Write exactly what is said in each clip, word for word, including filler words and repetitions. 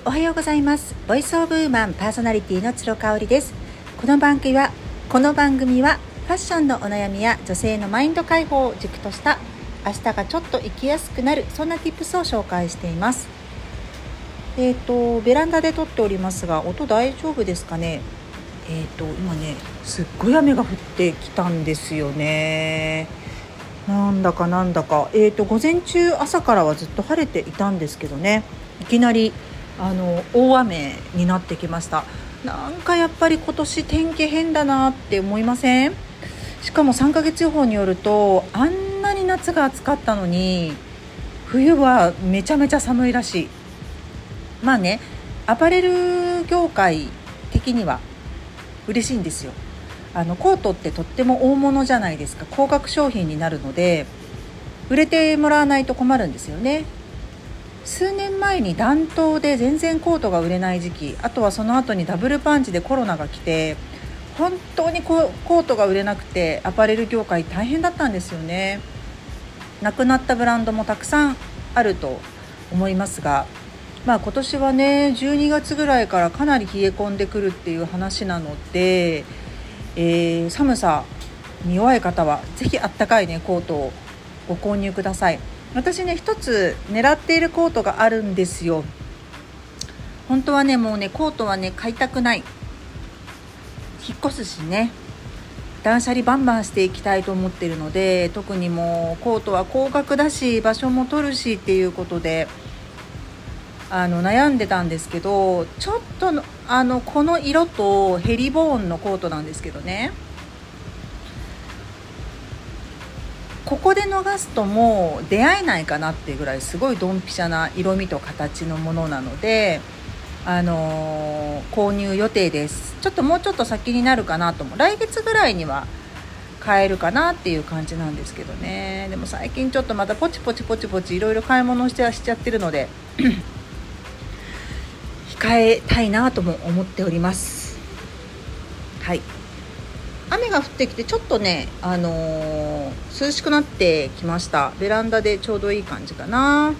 おはようございます。ボイスオブウーマンパーソナリティの鶴香織です。この番組はこの番組はファッションのお悩みや女性のマインド解放を軸とした明日がちょっと生きやすくなる、そんな tips を紹介しています。えっとベランダで撮っておりますが、音大丈夫ですかね。えっと今ねすっごい雨が降ってきたんですよね。なんだかなんだかえっと午前中朝からはずっと晴れていたんですけどね、いきなりあの大雨になってきました。なんかやっぱり今年天気変だなって思いません？しかもさんかげつ予報によると、あんなに夏が暑かったのに冬はめちゃめちゃ寒いらしい。まあね、アパレル業界的には嬉しいんですよ。あのコートってとっても大物じゃないですか。高額商品になるので売れてもらわないと困るんですよね。数年前に暖冬で全然コートが売れない時期、あとはその後にダブルパンチでコロナが来て、本当にコートが売れなくてアパレル業界大変だったんですよね。なくなったブランドもたくさんあると思いますが、まあ今年はねじゅうにがつぐらいからかなり冷え込んでくるっていう話なので、えー、寒さに弱い方はぜひあったかいねコートをご購入ください。私ね一つ狙っているコートがあるんですよ。本当はねもうねコートはね買いたくない、引っ越すしね、断捨離バンバンしていきたいと思っているので、特にもうコートは高額だし場所も取るしっていうことであの悩んでたんですけど、ちょっとのあのこの色とヘリボーンのコートなんですけどね、ここで逃すともう出会えないかなっていうぐらいすごいドンピシャな色味と形のものなので、あのー、購入予定です。ちょっともうちょっと先になるかなと思う。来月ぐらいには買えるかなっていう感じなんですけどね。でも最近ちょっとまたポチポチポチポチいろいろ買い物してはしちゃってるので控えたいなとも思っております。はい、雨が降ってきてちょっとね、あのー、涼しくなってきました。ベランダでちょうどいい感じかな。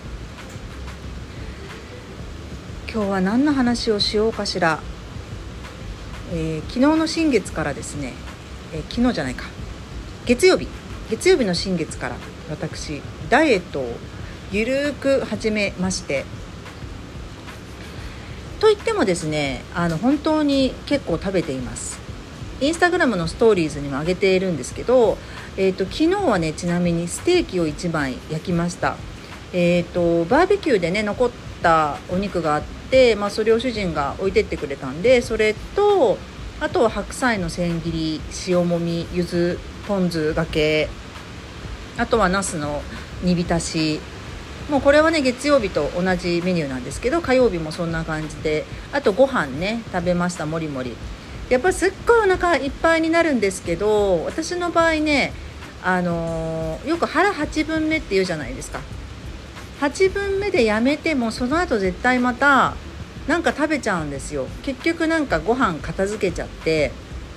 今日は何の話をしようかしら。えー、昨日の新月からですね、えー、昨日じゃないか月曜日月曜日の新月から私ダイエットをゆるーく始めまして、といってもですね、あの本当に結構食べています。インスタグラムのストーリーズにも上げているんですけど、えーと、昨日はねちなみにステーキをいちまい焼きました。えーと、バーベキューでね残ったお肉があって、まあ、それを主人が置いてってくれたんで、それとあとは白菜の千切り、塩もみ、柚子ポン酢がけ、あとはナスの煮浸し、もうこれはね月曜日と同じメニューなんですけど、火曜日もそんな感じで、あとご飯ね食べました。もりもりやっぱりすっごいお腹いっぱいになるんですけど、私の場合ね、あのー、よく腹はちぶんめって言うじゃないですか。はちぶんめでやめてもその後絶対またなんか食べちゃうんですよ。結局なんかご飯片付けちゃって、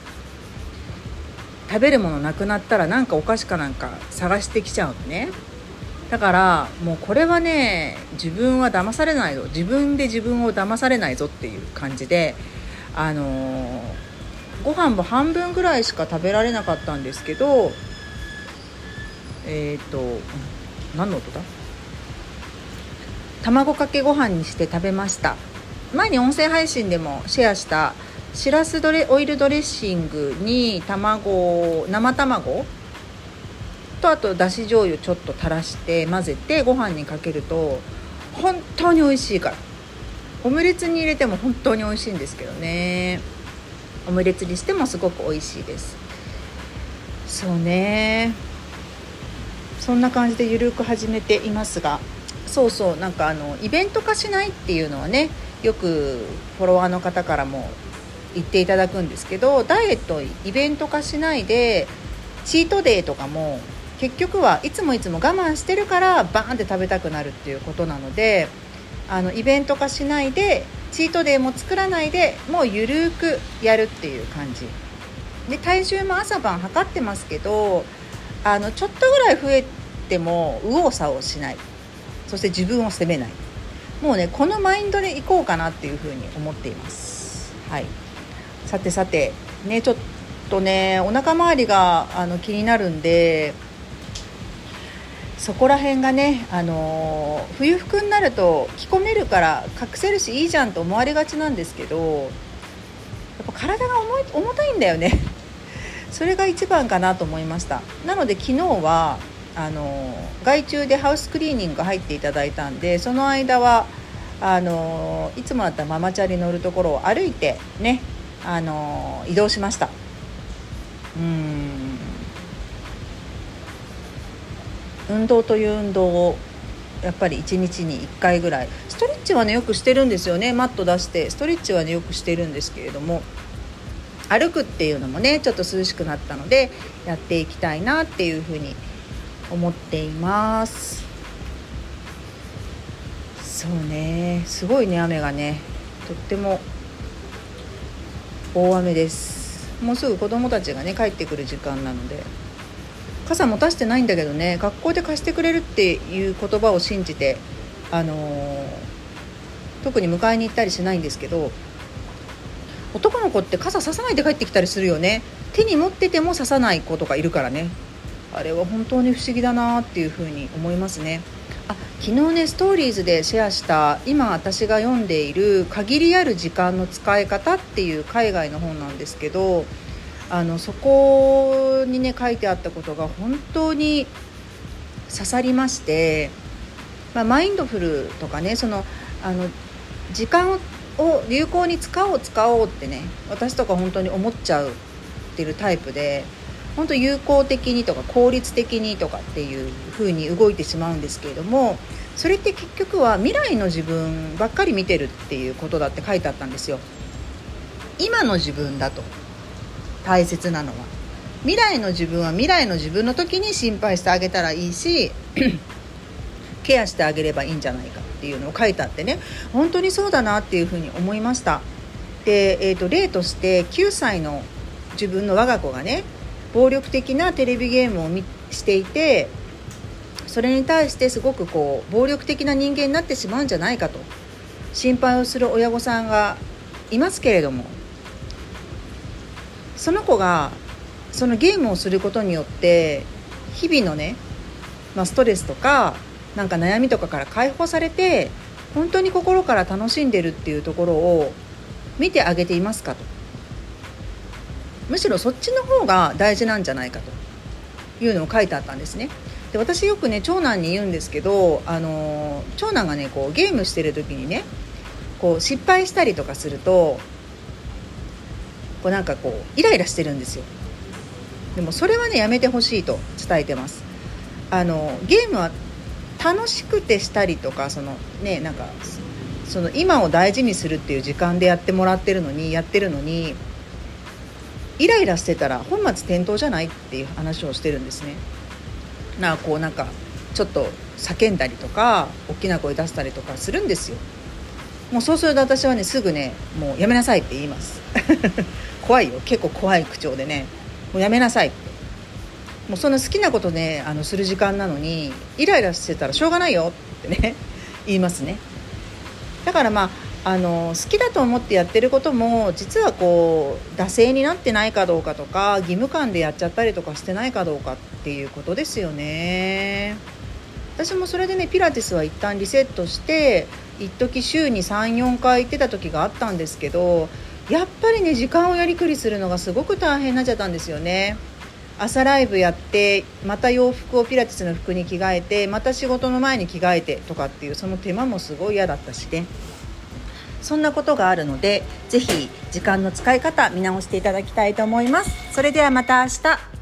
食べるものなくなったらなんかお菓子かなんか探してきちゃうのね。だからもうこれはね、自分は騙されないぞ、自分で自分を騙されないぞっていう感じで、あのー、ご飯も半分ぐらいしか食べられなかったんですけど、えっと何の音だ、卵かけご飯にして食べました。前に音声配信でもシェアしたしらすドレオイルドレッシングに卵、生卵とあとだし醤油ちょっと垂らして混ぜてご飯にかけると本当に美味しいから、オムレツに入れても本当に美味しいんですけどね。オムレツにしてもすごく美味しいです。そうね、そんな感じでゆるく始めていますが、そうそう、なんかあのイベント化しないっていうのはね、よくフォロワーの方からも言っていただくんですけど、ダイエットイベント化しないでチートデーとかも結局はいつもいつも我慢してるからバーンって食べたくなるっていうことなので、あのイベント化しないでチートデーも作らないで、もうゆるくやるっていう感じで、体重も朝晩測ってますけど、あのちょっとぐらい増えても右往左往しない、そして自分を責めない、 もうねこのマインドでいこうかなっていうふうに思っています。はい、さてさてね、ちょっとねお腹周りがあの気になるんで、そこら辺がね、あのー、冬服になると着込めるから隠せるしいいじゃんと思われがちなんですけど、やっぱ体が重い重たいんだよねそれが一番かなと思いました。なので昨日はあのー、外注でハウスクリーニングが入っていただいたんで、その間はあのー、いつもだったらママチャリ乗るところを歩いてね、あのー、移動しました。うーん運動という運動をやっぱりいちにちにいっかいぐらい、ストレッチはねよくしてるんですよね。マット出してストレッチはねよくしてるんですけれども、歩くっていうのもねちょっと涼しくなったのでやっていきたいなっていうふうに思っています。そうね、すごいね雨がねとっても大雨です。もうすぐ子供たちがね帰ってくる時間なので、傘持たしてないんだけどね、学校で貸してくれるっていう言葉を信じて、あのー、特に迎えに行ったりしないんですけど、男の子って傘ささないで帰ってきたりするよね。手に持っててもささない子とかいるからね、あれは本当に不思議だなっていうふうに思いますね。あ、昨日ねストーリーズでシェアした今私が読んでいる限りある時間の使い方っていう海外の本なんですけど、あのそこにね書いてあったことが本当に刺さりまして、まあ、マインドフルとかね、そのあの時間を有効に使おう使おうってね、私とか本当に思っちゃうってるタイプで、本当有効的にとか効率的にとかっていう風に動いてしまうんですけれども、それって結局は未来の自分ばっかり見てるっていうことだって書いてあったんですよ。今の自分だと大切なのは、未来の自分は未来の自分の時に心配してあげたらいいしケアしてあげればいいんじゃないかっていうのを書いてあってね、本当にそうだなっていうふうに思いました。で、えーと、例としてきゅうさいの自分の我が子がね暴力的なテレビゲームを見していて、それに対してすごくこう暴力的な人間になってしまうんじゃないかと心配をする親御さんがいますけれども、その子がそのゲームをすることによって日々のね、まあ、ストレスとかなんか悩みとかから解放されて本当に心から楽しんでるっていうところを見てあげていますかと、むしろそっちの方が大事なんじゃないかというのを書いてあったんですね。で、私よくね長男に言うんですけど、あの長男がねこうゲームしてる時にねこう失敗したりとかするとこうなんかこうイライラしてるんですよ。でもそれはねやめてほしいと伝えてます。あのゲームは楽しくてしたりとか、そのねなんかその今を大事にするっていう時間でやってもらってるのにやってるのにイライラしてたら本末転倒じゃないっていう話をしてるんですね。なんかこうなんかちょっと叫んだりとか大きな声出したりとかするんですよ。もうそうすると私はねすぐねもうやめなさいって言います怖いよ、結構怖い口調でね、もうやめなさいって、もうそんな好きなことねあのする時間なのにイライラしてたらしょうがないよってね言いますね。だからまああの好きだと思ってやってることも実はこう惰性になってないかどうかとか義務感でやっちゃったりとかしてないかどうかっていうことですよね。私もそれでねピラティスは一旦リセットして一時週に さん,よん 回行ってた時があったんですけど、やっぱりね時間をやりくりするのがすごく大変になっちゃったんですよね。朝ライブやってまた洋服をピラティスの服に着替えてまた仕事の前に着替えてとかっていうその手間もすごい嫌だったしね、そんなことがあるのでぜひ時間の使い方見直していただきたいと思います。それではまた明日。